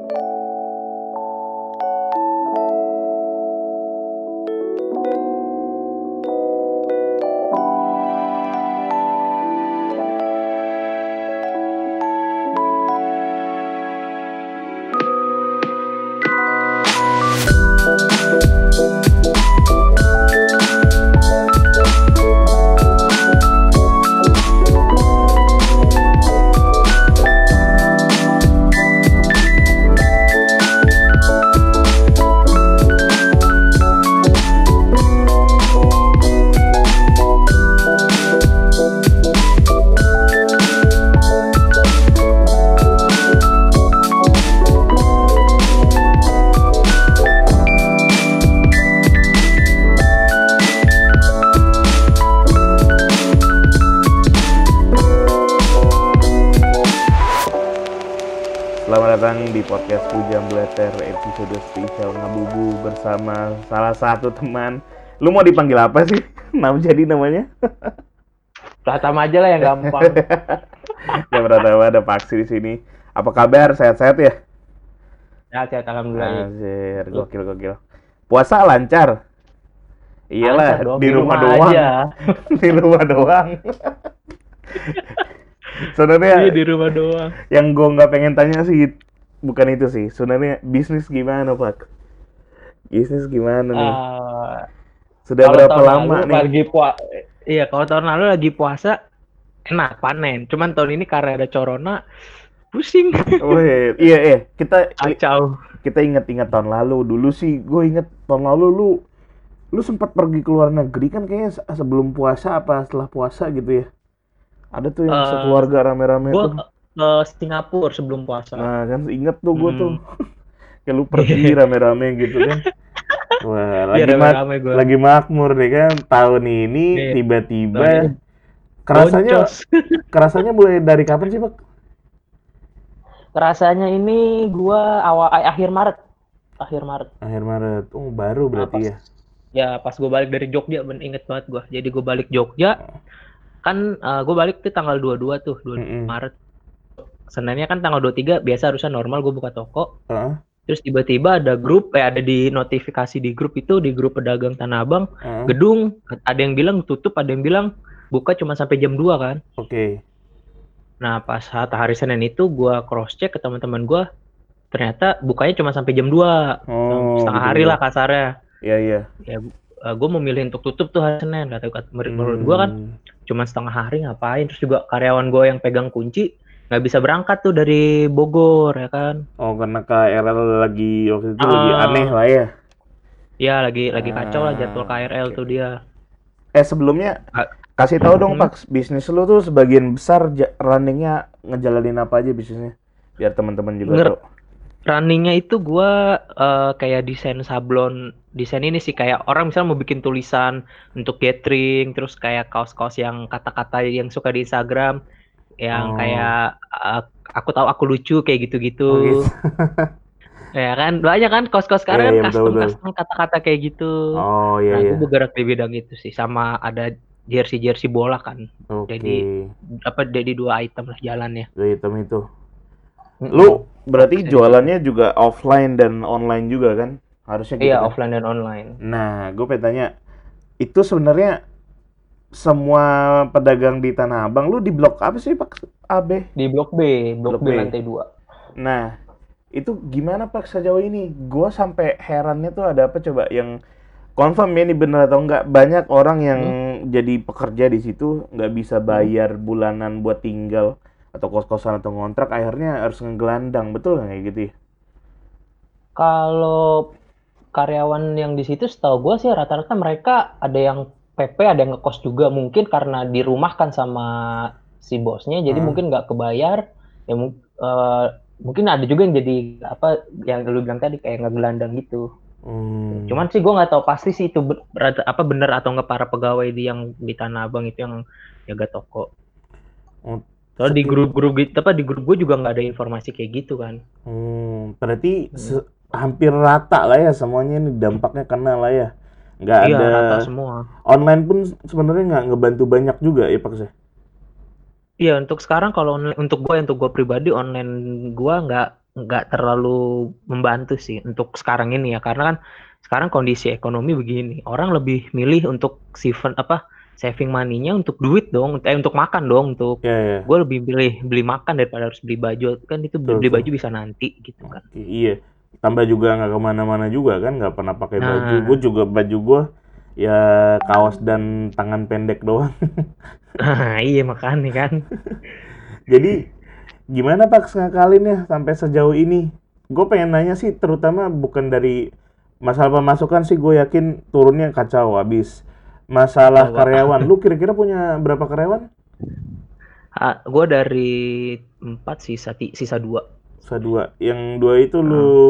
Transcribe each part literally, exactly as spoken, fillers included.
Selamat datang di podcast Pujam Bleter episode spesial Ngabubu bersama salah satu teman. Lu mau dipanggil apa sih? Nama jadi namanya? Pratama aja lah yang gampang. Ya Pratama, ada Paksi di sini. Apa kabar? Sehat-sehat ya? Ya, sehat alhamdulillah. Anjir, gokil gokil. Puasa lancar? Iyalah, Lancar dong, di rumah doang. aja. Di rumah doang. Sebenarnya Iya, di rumah doang. yang gue nggak pengen tanya sih bukan itu sih. Sebenarnya bisnis gimana Pak? Bisnis gimana nih? Uh, Sudah kalau berapa tahun lama lalu nih? Lagi puasa. Iya, kalau tahun lalu lagi puasa enak panen. Cuman tahun ini karena ada corona pusing. Wih, iya eh kita Kacau. kita ingat-ingat tahun lalu. Dulu sih gue inget tahun lalu lu lu sempat pergi ke luar negeri kan kayaknya se- sebelum puasa apa setelah puasa gitu ya. Ada tuh yang Eh, sekeluarga rame-rame Gue tuh. ke Singapura sebelum puasa. Nah, kan inget tuh gue tuh. Hmm. Kayak lu pergi rame-rame gitu kan. Wah, Iya, lagi mak rame-rame gua. lagi makmur deh kan tahun ini Iya. tiba-tiba Tahun ini kerasanya boncos. kerasanya mulai dari kapan sih, Pak? Rasanya ini gua awal eh, akhir Maret. Akhir Maret. Akhir Maret. Oh, baru berarti pas- ya. Ya, pas gue balik dari Jogja, ben inget banget gue. Jadi gue balik Jogja, kan uh, gue balik tuh tanggal dua puluh dua tuh, dua puluh dua Mm-mm. Maret. Seninnya kan tanggal dua puluh tiga, biasa harusnya normal gue buka toko. Heeh. Terus tiba-tiba ada grup, eh ada di notifikasi di grup itu, di grup pedagang Tanah Abang, Heeh. gedung, ada yang bilang tutup, ada yang bilang buka cuma sampai jam dua kan. Oke. Nah, pas saat hari Senin itu gue cross-check ke teman-teman gue, ternyata bukanya cuma sampai jam dua. Oh, setengah gitu, hari gitu. lah kasarnya. Iya, iya. Ya, uh, gue memilih untuk tutup tuh hari Senin. Kata, kata menurut gue kan, Hmm. cuma setengah hari ngapain. Terus juga karyawan gue yang pegang kunci nggak bisa berangkat tuh dari Bogor ya kan. Oh, karena K R L lagi waktu itu lagi Ah. aneh lah ya. Ya lagi lagi kacau lah Ah, jadwal K R L oke. tuh dia. Eh, sebelumnya Ah, kasih tahu dong, hmm. Pak, bisnis lu tuh sebagian besar ja- runningnya ngejalanin apa aja bisnisnya? Biar teman-teman juga Nger- tahu. Runningnya itu gue uh, kayak desain sablon, desain ini sih kayak orang misalnya mau bikin tulisan untuk gathering, terus kayak kaos-kaos yang kata-kata yang suka di Instagram, yang Oh. kayak uh, aku tahu aku lucu kayak gitu-gitu. Oh, gitu. Ya kan banyak kan kaos-kaos sekarang Iya, iya, kan betul, custom betul. custom kata-kata kayak gitu. Oh, iya, Nah, iya. gue bergerak di bidang itu sih, sama ada jersey-jersey bola kan. Oke. Jadi apa jadi dua item lah jalannya. Dua item itu. Mm-mm. Lu berarti Bisa jualannya juga offline dan online juga kan? Harusnya gitu Iya, kan? offline dan online. Nah, gue pengen tanya, itu sebenarnya semua pedagang di Tanah Abang, lu di blok apa sih, Pak? A B? Di Blok B, Blok Blok, B. B lantai dua. Nah, itu gimana Pak sejauh ini? Gue sampai herannya tuh ada apa coba yang confirm ya ini bener atau enggak? Banyak orang yang jadi pekerja di situ nggak bisa bayar bulanan buat tinggal atau kos-kosan atau ngontrak, akhirnya harus ngegelandang, betul nggak kayak gitu ya? Kalau karyawan yang di situ setahu gue sih rata-rata mereka ada yang P P, ada yang ngekos juga, mungkin karena dirumahkan sama si bosnya jadi Hmm. mungkin nggak kebayar ya mu- eh, mungkin ada juga yang jadi apa yang lu bilang tadi kayak ngegelandang gitu. Hmm. Cuman sih gue nggak tahu pasti sih itu ber- ber- apa bener atau nggak para pegawai di yang di Tanah Abang itu yang jaga toko. Oh, Soalnya di seti- grup-grup gitu apa di grup gue juga nggak ada informasi kayak gitu kan. Hmm, berarti se- hampir rata lah ya semuanya ini dampaknya kena lah ya. Nggak Iya, ada rata semua. online pun sebenarnya nggak ngebantu banyak juga ya Pak Seh. Iya, untuk sekarang kalau online, untuk gue untuk gue pribadi online gue nggak nggak terlalu membantu sih untuk sekarang ini ya, karena kan sekarang kondisi ekonomi begini, orang lebih milih untuk siven apa saving money-nya untuk duit dong, eh, untuk makan dong, untuk Ya ya, gue lebih pilih beli makan daripada harus beli baju kan, itu betul beli betul. baju bisa nanti gitu kan. Oke, iya. Tambah juga nggak kemana-mana juga kan, nggak pernah pakai baju. Gue Nah, juga baju gue ya kaos dan tangan pendek doang. iya makanya kan. Jadi gimana Pak ngakalinnya sampai sejauh ini? Gue pengen nanya sih, terutama bukan dari masalah pemasukan sih, gue yakin turunnya kacau abis. Masalah Kacau pak. karyawan, lu kira-kira punya berapa karyawan? Ah, gue dari empat sisa ti- sisa dua. Sisa dua. Yang dua itu lu Heeh.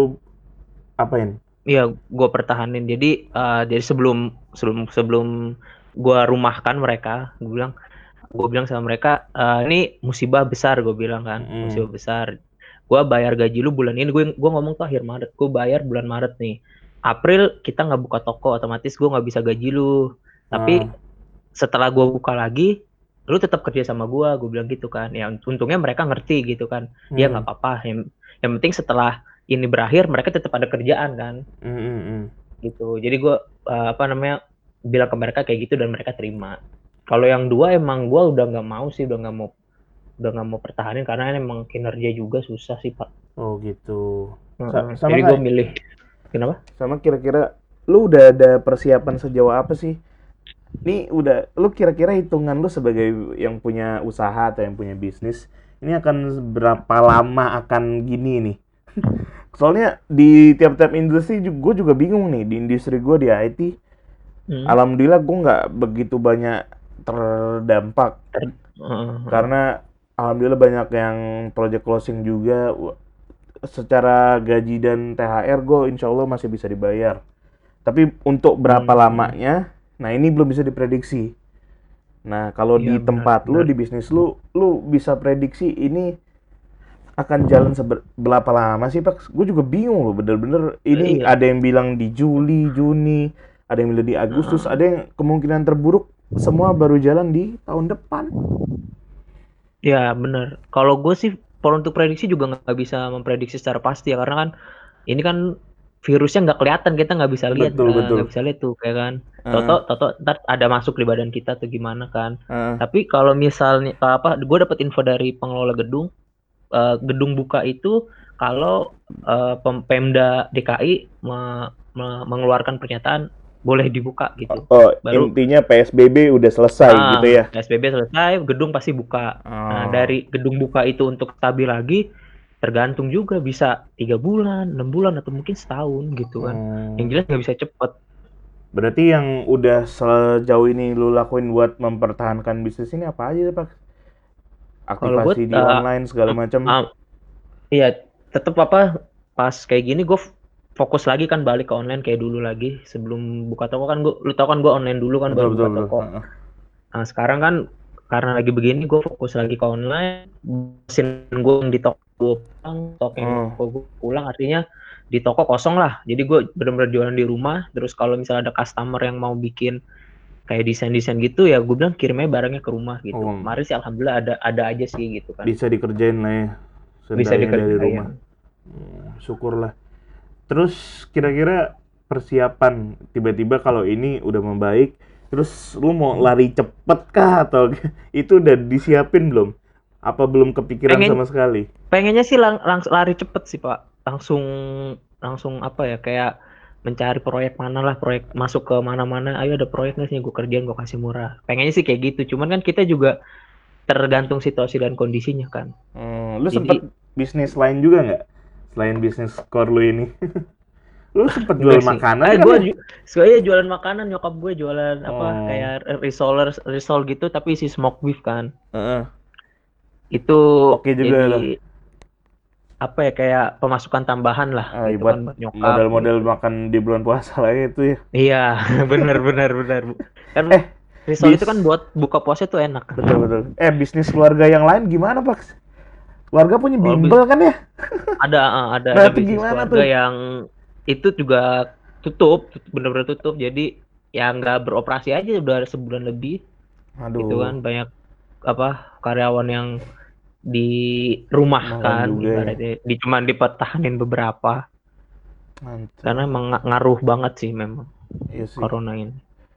apain? Iya, gue pertahanin. Jadi, eh, jadi sebelum sebelum sebelum gue rumahkan mereka, gue bilang, gue bilang sama mereka, "Eh, ini musibah besar," gue bilang kan, Mm-mm. musibah besar. Gue bayar gaji lu bulan ini. Gue gue ngomong tuh akhir Maret, gue bayar bulan Maret nih. April kita nggak buka toko, otomatis gue nggak bisa gaji lu. Tapi Ah, setelah gue buka lagi, lu tetap kerja sama gue, gue bilang gitu kan. Ya untungnya mereka ngerti gitu kan. Ya hmm. nggak apa-apa. Yang, yang penting setelah ini berakhir, mereka tetap ada kerjaan kan Mm-mm. gitu. Jadi gue uh, apa namanya bilang ke mereka kayak gitu dan mereka terima. Kalau yang dua emang gue udah nggak mau sih, udah nggak mau udah nggak mau pertahanin karena emang kinerja juga susah sih pak. Oh gitu. Sa- Uh-uh. sama Jadi gue kayak, milih kenapa? sama kira-kira lu udah ada persiapan sejauh apa sih? Ini udah, lu kira-kira hitungan lu sebagai yang punya usaha atau yang punya bisnis, ini akan berapa lama akan gini nih? Soalnya di tiap-tiap industri gue juga bingung nih. Di industri gue di I T, Hmm. alhamdulillah gue nggak begitu banyak terdampak Uh-uh. karena alhamdulillah banyak yang project closing juga. Secara gaji dan T H R gue insya Allah masih bisa dibayar. Tapi untuk berapa Hmm. lamanya, nah ini belum bisa diprediksi. Nah, kalau Iya di benar tempat lu, benar. di bisnis lu, lu bisa prediksi ini akan jalan seberapa lama sih, Pak? Gue juga bingung loh, bener-bener. Eh, Ini iya. ada yang bilang di Juli, Juni, ada yang bilang di Agustus, Uh-uh. ada yang kemungkinan terburuk semua baru jalan di tahun depan. Ya benar. Kalau gue sih kalau untuk prediksi juga nggak bisa memprediksi secara pasti ya, karena kan ini kan virusnya nggak kelihatan, kita nggak bisa lihat, Betul, eh, nggak betul. bisa lihat tuh kayak kan. Heeh, Toto Toto ntar ada masuk di badan kita atau gimana kan. heeh. Tapi kalau misalnya apa, gue dapat info dari pengelola gedung, eh, gedung buka itu kalau eh, Pem- Pemda D K I me- me- mengeluarkan pernyataan boleh dibuka gitu. Oh, Baru intinya P S B B udah selesai gitu ah, ya. P S B B selesai, gedung pasti buka. Nah, Oh. dari gedung buka itu untuk stabil lagi, tergantung juga bisa tiga bulan, enam bulan, atau mungkin setahun gitu kan. Yang Hmm. jelas nggak bisa cepet. Berarti yang udah sejauh ini lu lakuin buat mempertahankan bisnis ini apa aja, Pak? Kalau gue, Aktivasi di uh, online segala macam. iya tetap apa pas kayak gini gue fokus lagi kan balik ke online kayak dulu lagi sebelum buka toko kan gue, lu tau kan gue online dulu kan Betul, baru betul, buka betul. toko. Heeh. Nah sekarang kan karena lagi begini gue fokus lagi ke online, mesin gue yang di toko gue pulang, toko yang Oh. toko gue pulang artinya di toko kosong lah. Jadi gue benar-benar jualan di rumah. Terus kalau misalnya ada customer yang mau bikin kayak desain-desain gitu ya gue bilang kirimnya barangnya ke rumah gitu. Oh, Kemarin sih alhamdulillah ada ada aja sih gitu kan. bisa dikerjain lah ya, Bisa seenggaknya dari dikerjain. rumah. Hmm, syukurlah. Terus kira-kira persiapan tiba-tiba kalau ini udah membaik, terus lu mau lari cepet kah atau itu udah disiapin belum? Apa belum kepikiran Pengen sama sekali? pengennya sih lang langsung lari cepet sih Pak. Langsung langsung apa ya kayak mencari proyek mana lah, proyek masuk ke mana-mana. Ayo ada proyek nggak sih gue kerjain gue kasih murah. Pengennya sih kayak gitu. Cuman kan kita juga tergantung situasi dan kondisinya kan. Hmm, lu sempet Jadi bisnis lain juga nggak? Selain bisnis core lu ini. Lu sempet jual enggak sih. makanan Eh kan gue ya? ju soalnya jualan makanan, nyokap gue jualan apa Oh, kayak reseller risol gitu tapi isi smoke beef kan. heeh. Itu Oke juga jadi tuh. apa ya kayak pemasukan tambahan lah Ah, gitu kan buat buat nyokap modal-modal gitu. makan di bulan puasa lah ya itu ya. Iya, bener bener bener. Kan Eh, risol itu kan bis buat buka puasa tuh enak. betul betul. Eh, bisnis keluarga yang lain gimana, Pak? Keluarga punya Kalau bimbel kan ya? ada eh, ada Nah, ada itu bisnis gimana keluarga tuh? yang itu juga tutup, bener-bener tutup. Jadi ya nggak beroperasi aja udah sebulan lebih gitu Aduh. kan. Banyak apa karyawan yang Makan dirumahkan juga ya. ibaratnya, di cuman dipertahanin beberapa. Karena Mantap. emang nga- ngaruh banget sih memang Iya sih. corona ini.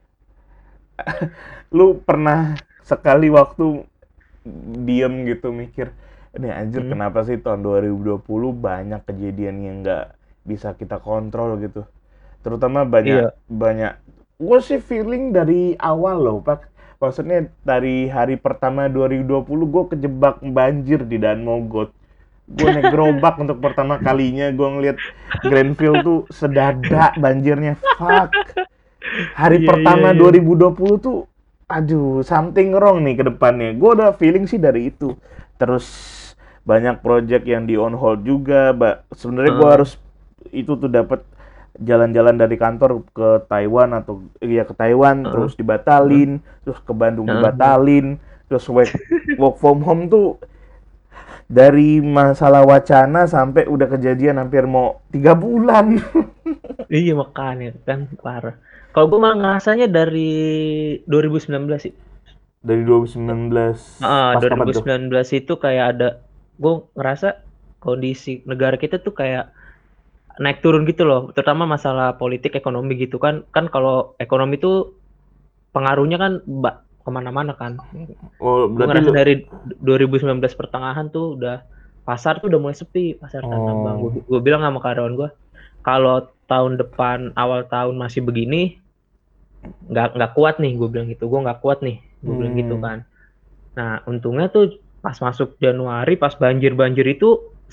Lu pernah sekali waktu diem gitu mikir, ini anjir Hmm, kenapa sih tahun dua ribu dua puluh banyak kejadian yang nggak bisa kita kontrol gitu. Terutama banyak iya. banyak gue sih feeling dari awal loh Pak. Maksudnya dari hari pertama dua ribu dua puluh gue kejebak banjir di Dan Mogot. Gue naik gerobak untuk pertama kalinya gue ngeliat Grenville tuh sedadak banjirnya. Fuck. Hari Iya, iya, pertama iya. dua ribu dua puluh tuh aduh something wrong nih ke depannya. Gue udah feeling sih dari itu. Terus banyak project yang di on hold juga. Ba- Sebenarnya gue Heeh, harus itu tuh dapat jalan-jalan dari kantor ke Taiwan atau ya ke Taiwan heeh, terus heeh, dibatalin, terus ke Bandung heeh, heeh. dibatalin, terus work work from home tuh dari masalah wacana sampai udah kejadian hampir mau tiga bulan. Iya makanya kan parah. Kalau gue malah ngerasanya dari dua ribu sembilan belas sih. Dari dua ribu sembilan belas Ah, pas kapan tuh? dua ribu sembilan belas itu kayak ada, gue ngerasa kondisi negara kita tuh kayak naik turun gitu loh, terutama masalah politik ekonomi gitu kan. Kan kalau ekonomi tuh pengaruhnya kan mbak kemana-mana kan. Oh, Gue berarti ngerasa lu dari dua ribu sembilan belas pertengahan tuh udah pasar tuh udah mulai sepi, pasar Tanah Abang. oh. Gue bilang sama karyawan gue, kalau tahun depan awal tahun masih begini, nggak nggak kuat nih, gue bilang gitu. Gue nggak kuat nih, gue bilang gitu Hmm. kan. Nah untungnya tuh pas masuk Januari, pas banjir-banjir itu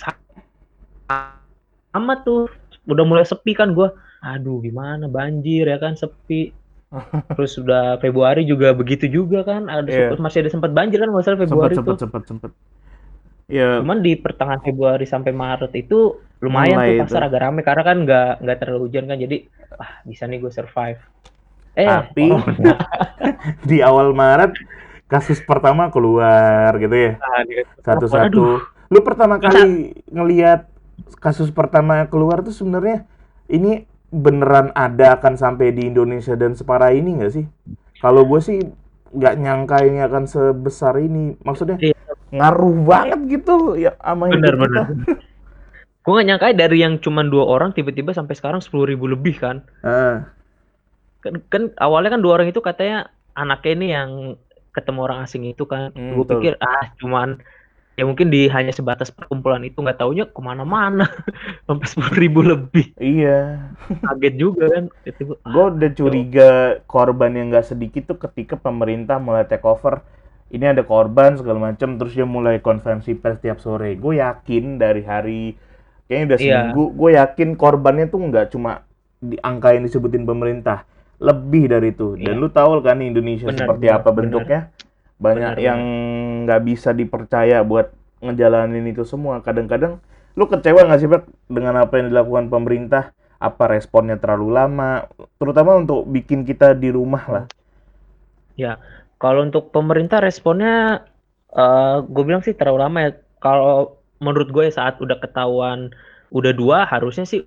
sama tuh udah mulai sepi kan gue. Aduh gimana banjir ya kan, sepi. Terus udah Februari juga begitu juga kan, ada Iya, masih ada sempat banjir kan nggak salah sempet Februari sempet tuh. sempet sempet. Ya Cuman di pertengahan Februari sampai Maret itu lumayan tuh mulai itu. pasar agak rame karena kan nggak nggak terlalu hujan kan, jadi ah bisa nih gue survive. Eh Tapi corona. di awal Maret kasus pertama keluar gitu ya. Nah, dia telepon, aduh Satu-satu. Lu pertama masa kali ngelihat kasus pertama keluar tuh sebenarnya ini beneran ada akan sampai di Indonesia dan separah ini nggak sih? Kalau gue sih nggak nyangka ini akan sebesar ini. Maksudnya iya, ngaruh banget gitu ya sama benar hidup benar. kita. Gue nggak nyangka dari yang cuman dua orang tiba-tiba sampai sekarang sepuluh ribu lebih kan. Ah, kan kan awalnya kan dua orang itu katanya anaknya ini yang ketemu orang asing itu kan, hmm, gue betul. pikir ah cuman ya mungkin di hanya sebatas perkumpulan itu, nggak taunya kemana-mana. Sampai sepuluh ribu lebih. Iya. Kaget juga kan itu gua, ah Gue udah ya curiga korban yang gak sedikit tuh ketika pemerintah mulai take over. Ini ada korban segala macam, terus dia mulai konferensi pers tiap sore. Gue yakin dari hari kayaknya udah iya seminggu, gue yakin korbannya tuh nggak cuma di angka yang disebutin pemerintah, lebih dari itu. Dan iya lu tahu kan Indonesia benar seperti benar apa benar bentuknya, banyak benar yang benar. nggak bisa dipercaya buat ngejalanin itu semua. Kadang-kadang lu kecewa nggak sih Bek dengan apa yang dilakukan pemerintah? Apa responnya terlalu lama? Terutama untuk bikin kita di rumah lah. Hmm. Ya kalau untuk pemerintah responnya, eh gue bilang sih terlalu lama ya. Kalau menurut gue ya saat udah ketahuan udah dua, harusnya sih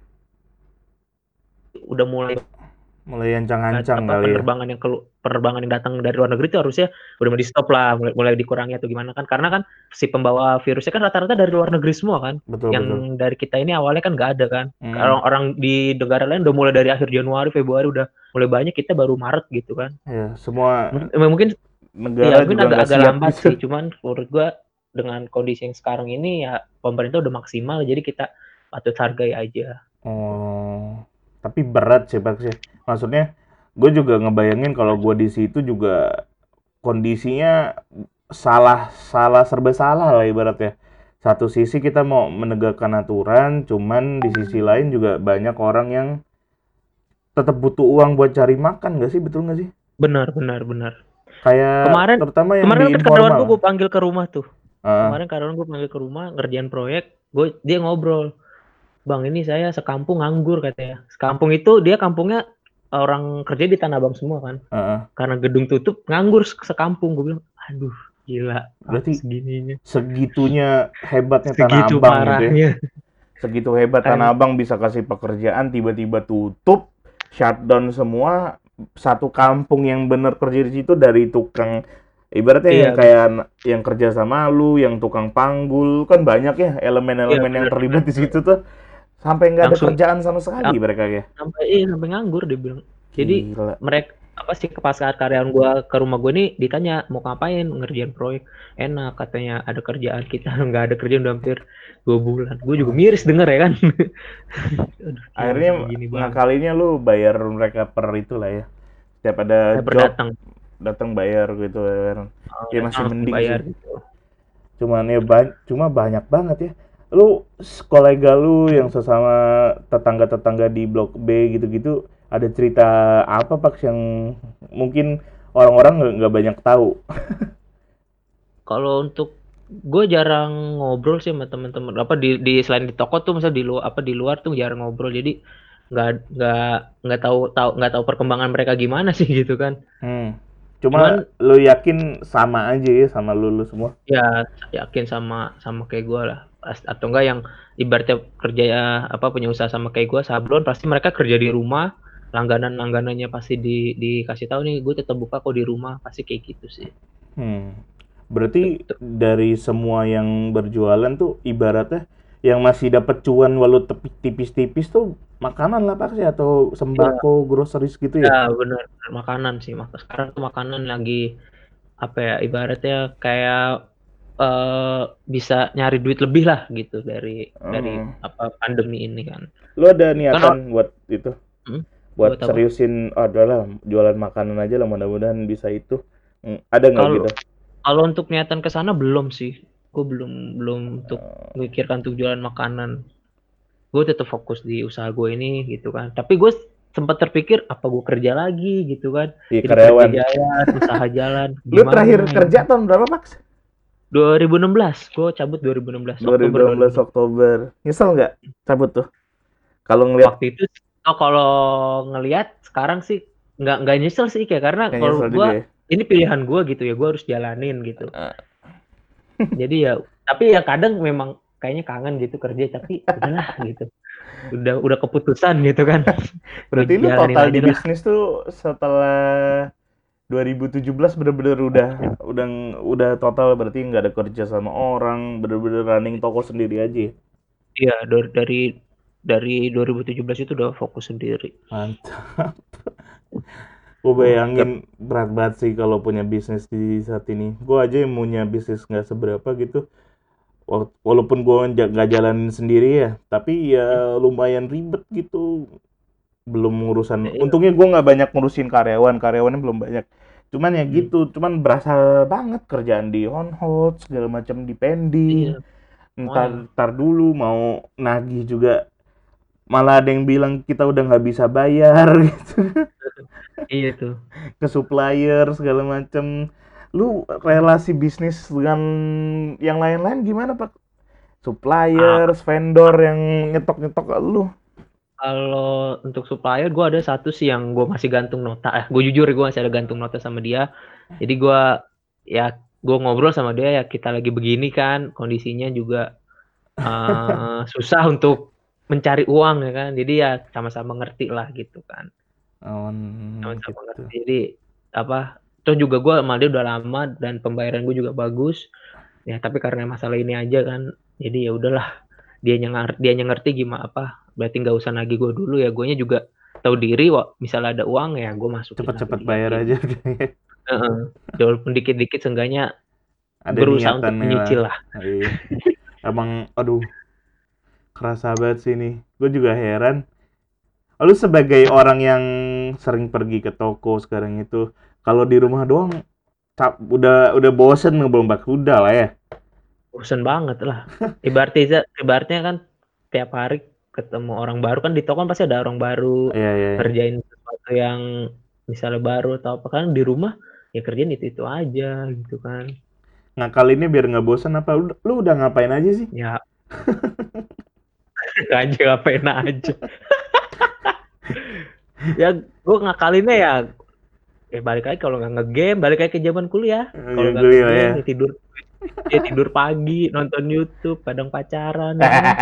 udah mulai Mulai ancang-ancang apa kali ya. penerbangan yang kelu penerbangan yang datang dari luar negeri itu harusnya udah mau di stop lah, mulai, mulai dikurangi atau gimana kan, karena kan si pembawa virusnya kan rata-rata dari luar negeri semua kan, Betul betul. yang dari kita ini awalnya kan nggak ada kan. Hmm. Kalau orang di negara lain udah mulai dari akhir Januari Februari udah mulai banyak, kita baru Maret gitu kan. Ya, semua Mungkin mungkin ya negara mungkin juga nggak agak-agak siap lambat gitu. sih, cuman menurut gua dengan kondisi yang sekarang ini ya pemerintah udah maksimal, jadi kita patut hargai aja. Oh, tapi berat sih Pak sih. Maksudnya, gue juga ngebayangin kalau gue di situ juga kondisinya salah salah serba salah lah ibaratnya. Satu sisi kita mau menegakkan aturan, cuman di sisi lain juga banyak orang yang tetap butuh uang buat cari makan, nggak sih? Betul nggak sih? Benar benar benar. Kayak Kemarin terutama yang di kemarin kan karyawan gue informal. gue panggil ke rumah tuh. Ah, Kemarin karyawan gue panggil ke rumah ngerjain proyek, gue dia ngobrol, bang ini saya sekampung nganggur katanya. Sekampung itu dia kampungnya orang kerja di Tanah Abang semua kan. ah, ah. Karena gedung tutup nganggur sekampung. Gue bilang, aduh gila sampai Berarti segininya, segitunya hebatnya Tanah segitu Abang gitu ya. parahnya Segitu hebat Tanah kan. Abang bisa kasih pekerjaan tiba-tiba tutup, shutdown semua, satu kampung yang bener kerja di situ dari tukang Ibaratnya Iya, yang kayak n- yang kerja sama lu, yang tukang panggul, kan banyak ya iya elemen-elemen yang benar-benar. terlibat di situ tuh sampai nggak ada Langsung kerjaan sama sekali Sam mereka ya. sampai iya, sampai nganggur dia bilang. Jadi Gila. mereka apa sih pas saat karyawan gua ke rumah gua nih ditanya mau ngapain ngerjain proyek, enak katanya ada kerjaan kita nggak ada kerjaan udah hampir dua bulan. Gue juga miris Buset. denger ya kan. Aduh gila Akhirnya begini banget. ngakalinnya lu bayar mereka per itulah ya. Setiap ada Saya job berdatang, datang bayar gitu kan. oh, Ya datang masih langsung mending dibayar sih. gitu. Cuman ya ba- cuma banyak banget ya. Lu s- kolega lu yang sesama tetangga-tetangga di Blok B gitu-gitu ada cerita apa Pak yang mungkin orang-orang nggak nggak banyak tahu. Kalau untuk gue jarang ngobrol sih sama teman-teman apa di di selain di toko tuh misal di luar apa di luar tuh jarang ngobrol jadi nggak nggak nggak tahu tahu nggak tahu perkembangan mereka gimana sih gitu kan. Hmm. Cuma Cuman lu yakin sama aja ya sama lu, lu semua? ya yakin sama sama kayak gue lah. As- atau enggak yang ibaratnya kerja ya apa punya usaha sama kayak gue sablon pasti mereka kerja di rumah langganan langganannya pasti di dikasih tahu nih gue tetap buka kok di rumah pasti kayak gitu sih. Hmm. Berarti Gitu. dari semua yang berjualan tuh ibaratnya yang masih dapat cuan walau tepi- tipis-tipis tuh makanan lah Pak sih atau Iya, sembako, groceries gitu ya? ya benar benar makanan sih maka sekarang tuh makanan lagi apa ya ibaratnya kayak eh bisa nyari duit lebih lah gitu dari dari Heeh. apa pandemi ini kan. Lu ada Kan or- niatan buat itu? hmm, buat Buat apa? seriusin, oh adalah jualan makanan aja lah mudah-mudahan bisa itu. Hmm, ada nggak Kalau gitu? kalau untuk niatan ke sana belum sih. Gue belum belum untuk memikirkan untuk jualan makanan. Gue tetap fokus di usaha gue ini gitu kan. Tapi gue sempat terpikir apa gue kerja lagi gitu kan. Di Jadi kerja karyawan. jalan, usaha jalan Lu terakhir gimana ya kerja kan. tahun berapa Pak? dua ribu enam belas, gue cabut dua ribu enam belas, Oktober dua ribu enam belas dua ribu enam belas. Oktober. Nyesel nggak cabut tuh? Kalau ngelihat Waktu itu oh, kalau ngelihat sekarang sih nggak nggak nyesel sih kayak karena nggak kalau nyesel gue juga ya. ini pilihan gue gitu ya gue harus jalanin gitu. Jadi ya tapi ya kadang memang kayaknya kangen gitu kerja tapi udahlah gitu. Udah udah keputusan gitu kan. Gue Berarti lu jalanin total aja di dah. bisnis tuh setelah dua ribu tujuh belas bener-bener udah udah udah total berarti nggak ada kerja sama orang, bener-bener running toko sendiri aja ya? Iya dari dari dari dua ribu tujuh belas itu udah fokus sendiri. Mantap. Gue Oh, bayangin berat banget sih kalau punya bisnis di saat ini. Gue aja yang punya bisnis nggak seberapa gitu. Wa- Walaupun gue nggak jalanin sendiri ya, tapi ya lumayan ribet gitu. Belum urusan. iya, Untungnya gue nggak banyak ngurusin karyawan, karyawannya belum banyak. Cuman ya hmm, gitu, cuman berasa banget kerjaan di on hold, segala macam di pending. iya, makanya. Ntar, ntar dulu mau nagih juga malah ada yang bilang kita udah nggak bisa bayar gitu Iya tuh. ke supplier segala macem. Lu relasi bisnis dengan yang lain-lain gimana Pak? Ah, Supplier, vendor yang nyetok-nyetok ke lu? kalau untuk supplier gue ada satu sih yang gue masih gantung nota. Eh, gue jujur gue masih ada gantung nota sama dia. Jadi gue ya gue ngobrol sama dia ya kita lagi begini kan kondisinya juga eh, susah untuk mencari uang ya kan. Jadi ya sama-sama ngerti lah gitu kan. Oh, Sama-sama gitu. ngerti. Jadi apa? Toh juga gue sama dia udah lama dan pembayaran gue juga bagus. Ya tapi karena masalah ini aja kan. Jadi ya udahlah dia nyengar dia ngerti gimana apa berarti nggak usah nagih gue dulu ya guanya juga tahu diri wah misalnya ada uang ya gue masukin lah ke Cepet-cepet dia bayar kayak aja gitu. udah ya. Heeh. Walaupun dikit-dikit seenggaknya Ada berusaha untuk niatannya lah. menyicil lah. Iya. Emang aduh kerasa banget sih nih. Gue juga heran. Lu sebagai orang yang sering pergi ke toko sekarang itu, kalau di rumah doang cap, udah udah bosen belum Bak? Udah lah ya. Bosan banget lah ibaratnya ibaratnya kan tiap hari ketemu orang baru kan di toko kan pasti ada orang baru Iya iya iya. ngerjain sesuatu yang misalnya baru atau apa kan di rumah ya kerjaan itu itu aja gitu kan Ngakalinnya biar nggak bosen apa? Lu, lu udah ngapain aja sih? ya aja ngapain aja ya gue ngakalinnya ya eh balik lagi kalau nggak ngegame balik lagi ke zaman kuliah kalau Yang nggak kuliah ya. ngegame ya tidur ya tidur pagi nonton YouTube kadang pacaran ya kan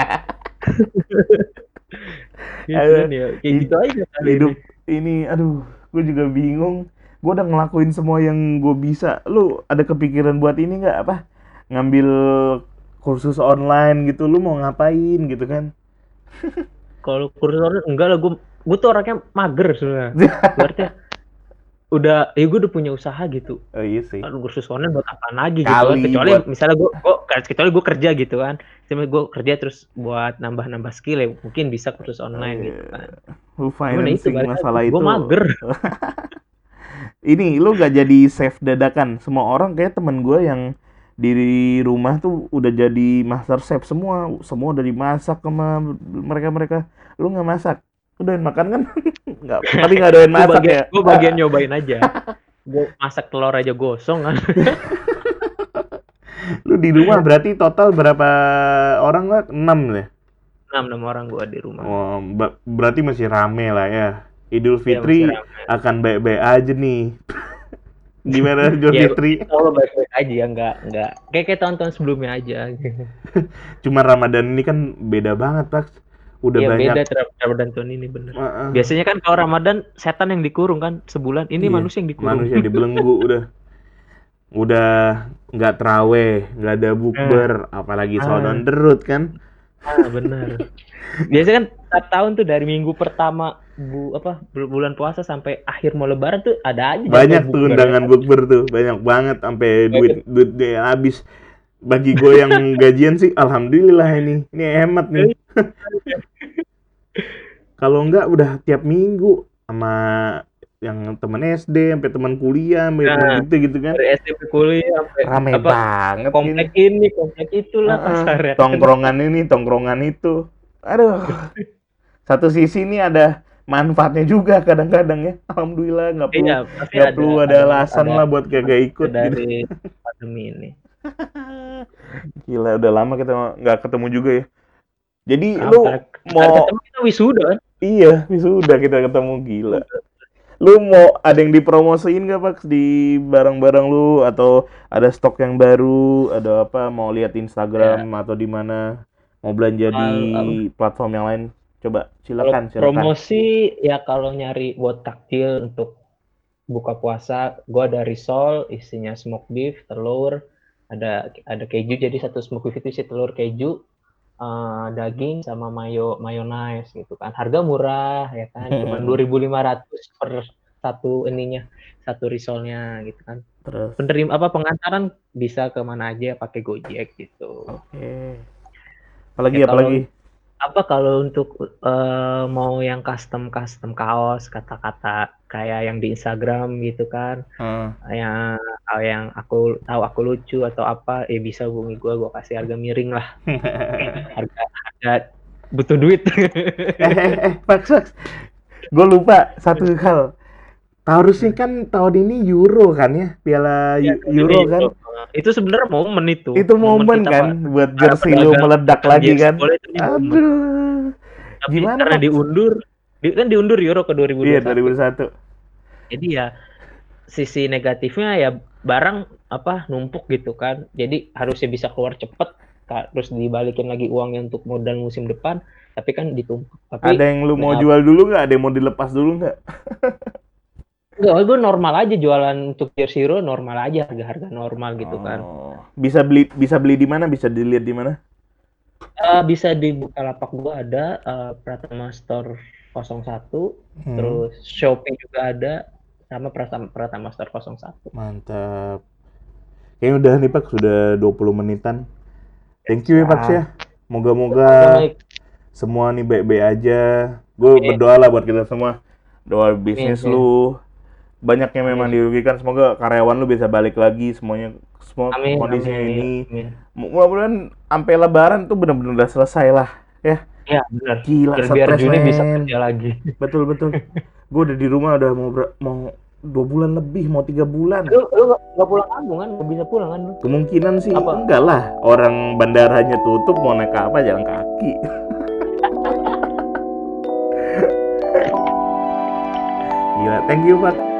gitu kan Aduh, ya kayak gitu hid- aja kali ini hidup ini, aduh, gue juga bingung. gue udah ngelakuin semua yang gue bisa. Lu ada kepikiran buat ini nggak apa? Ngambil kursus online gitu, lu mau ngapain gitu kan? Kalau kursus online enggak lah, gue gue tuh orangnya mager sebenarnya. Berarti udah, ya gue udah punya usaha gitu. Oh iya sih. Aduh, kursus online buat apa lagi gitu kan? Kali Kecuali buat misalnya gue, gue kecuali gue kerja gitu kan. Cuma gue kerja terus buat nambah-nambah skill ya, mungkin bisa kursus online eh, gitu kan. lu Gimana itu financing balik masalah gue itu. mager. Ini lu gak jadi save dadakan. Semua orang kayak temen gue yang di rumah tuh udah jadi master chef semua. Semua udah dimasak sama mereka-mereka. Lu nggak masak? Lu doain makan kan? Nggak, tapi nggak doain Gue masak bagian, ya? gue bagian nyobain aja. Gue masak telur aja gosong kan. Lu di rumah berarti total berapa orang lah? enam ya? enam enam orang gue di rumah. Oh, ba- berarti masih rame lah ya. Idul Ya, masih Fitri rame. akan baik-baik aja nih. Gimana Idul Ya, Fitri? kalau baik-baik aja ya, nggak nggak kayak kayak tahun-tahun sebelumnya aja. Cuma Ramadan ini kan beda banget, Pak. Udah Iya, banyak. beda terhadap Ramadan tahun ini bener. Uh-uh. Biasanya kan kalau Ramadan setan yang dikurung kan sebulan, ini Iya, manusia yang dikurung. manusia dibelenggu udah. Udah nggak terawih, nggak ada bukber, apalagi Ah. sound on the road kan. Ah, bener. Biasanya kan setiap tahun tuh dari minggu pertama bu apa bul- bulan puasa sampai akhir mau lebaran tuh ada aja Banyak jadwal tuh bukber, undangan ya. bukber tuh, banyak banget sampai duit duit dia habis. Bagi gue yang gajian sih, alhamdulillah ini, ini hemat nih. Kalau enggak udah tiap minggu sama yang teman S D sampai teman kuliah, sampai Nah, teman gitu gitu kan. Dari S D ke kuliah sampai Rame apa banget komplek ini. ini, komplek itulah Heeh, kasarnya. tongkrongan ini, tongkrongan itu. Aduh. Satu sisi ini ada manfaatnya juga kadang-kadang ya. Alhamdulillah nggak perlu Iya, pasti nggak ada perlu ada alasan lah buat kagak ikut gitu. dari pandemi ini. Gila, udah lama kita nggak ketemu juga ya. Jadi Kapan? lu Kita mau ketemu kita wisuda kan? iya, wisuda kita ketemu gila. Lu mau ada yang dipromosiin nggak Pak di barang-barang lu atau ada stok yang baru, ada apa mau lihat Instagram atau di mana mau belanja di Al- platform yang lain? Coba Kalau silakan silakan. promosi ya kalau nyari buat takjil untuk buka puasa, gua ada risol isinya smoked beef, telur, ada ada keju, jadi satu smoked beef itu isi telur, keju, eh, daging sama mayo mayonnaise gitu kan. Harga murah ya kan, cuma dua ribu lima ratus per satu ininya, satu risolnya gitu kan. Terus Penerima apa pengantaran bisa kemana aja pakai Gojek gitu. oke. Apalagi Ya, kalau apalagi apa kalau untuk eh, mau yang custom custom kaos kata-kata kayak yang di Instagram gitu kan, Heeh. yang yang aku tahu aku lucu atau apa, ya bisa hubungi gue, gue kasih harga miring lah, harga harga butuh duit. eh eh eh Pak Saks. Gue lupa satu hal. Harusnya kan tahun ini Euro kan ya, Piala Ya, Eu- Euro kan. itu sebenarnya momen itu. Itu momen kita, kan Pak. buat Para jersey lu pedagang- meledak pedagang lagi jersey kan. bola itu momen. Aduh. Tapi Gimana, karena Pak? diundur, di- kan diundur Euro ke dua ribu dua Iya, puluh satu. dua ribu satu. Jadi ya sisi negatifnya ya barang apa numpuk gitu kan. Jadi harusnya bisa keluar cepet, Kak, terus dibalikin lagi uangnya untuk modal musim depan, tapi kan ditumpuk. Tapi Ada yang lu mau ya, jual dulu nggak? Ada yang mau dilepas dulu nggak? enggak, gue normal aja jualan untuk jersey Hero, normal aja, harga-harga normal gitu kan. Oh. Bisa beli bisa beli di mana? Bisa dilihat di mana? Eh, bisa di Bukalapak gua ada, eh, Pratama Store nol satu, Hmm. terus Shopee juga ada, sama Pratama, Pratama Store nol satu. Mantap. Kayaknya udah nih Pak, sudah dua puluh menitan. Thank you ya Pak ya. Moga-moga Baik. semua nih baik-baik aja. Gue Amin. berdoa lah buat kita semua. Doa bisnis Amin. lu banyak yang memang Amin. dirugikan. Semoga karyawan lu bisa balik lagi semuanya, semua Amin, kondisinya amin, ini. amin. Mudah-mudahan sampai lebaran tuh benar-benar udah selesai lah ya. Ya benar. Gila, Biar, biar stres, Juni bisa men. kerja lagi. Betul betul. Gue udah di rumah udah mau ber- mau dua bulan lebih, mau tiga bulan. Lu lu nggak nggak pulang kampung kan? Nggak bisa pulang kan lu? Kemungkinan sih Apa? enggak lah. Orang bandaranya tutup, mau naik apa jalan kaki. Gila, thank you Pak.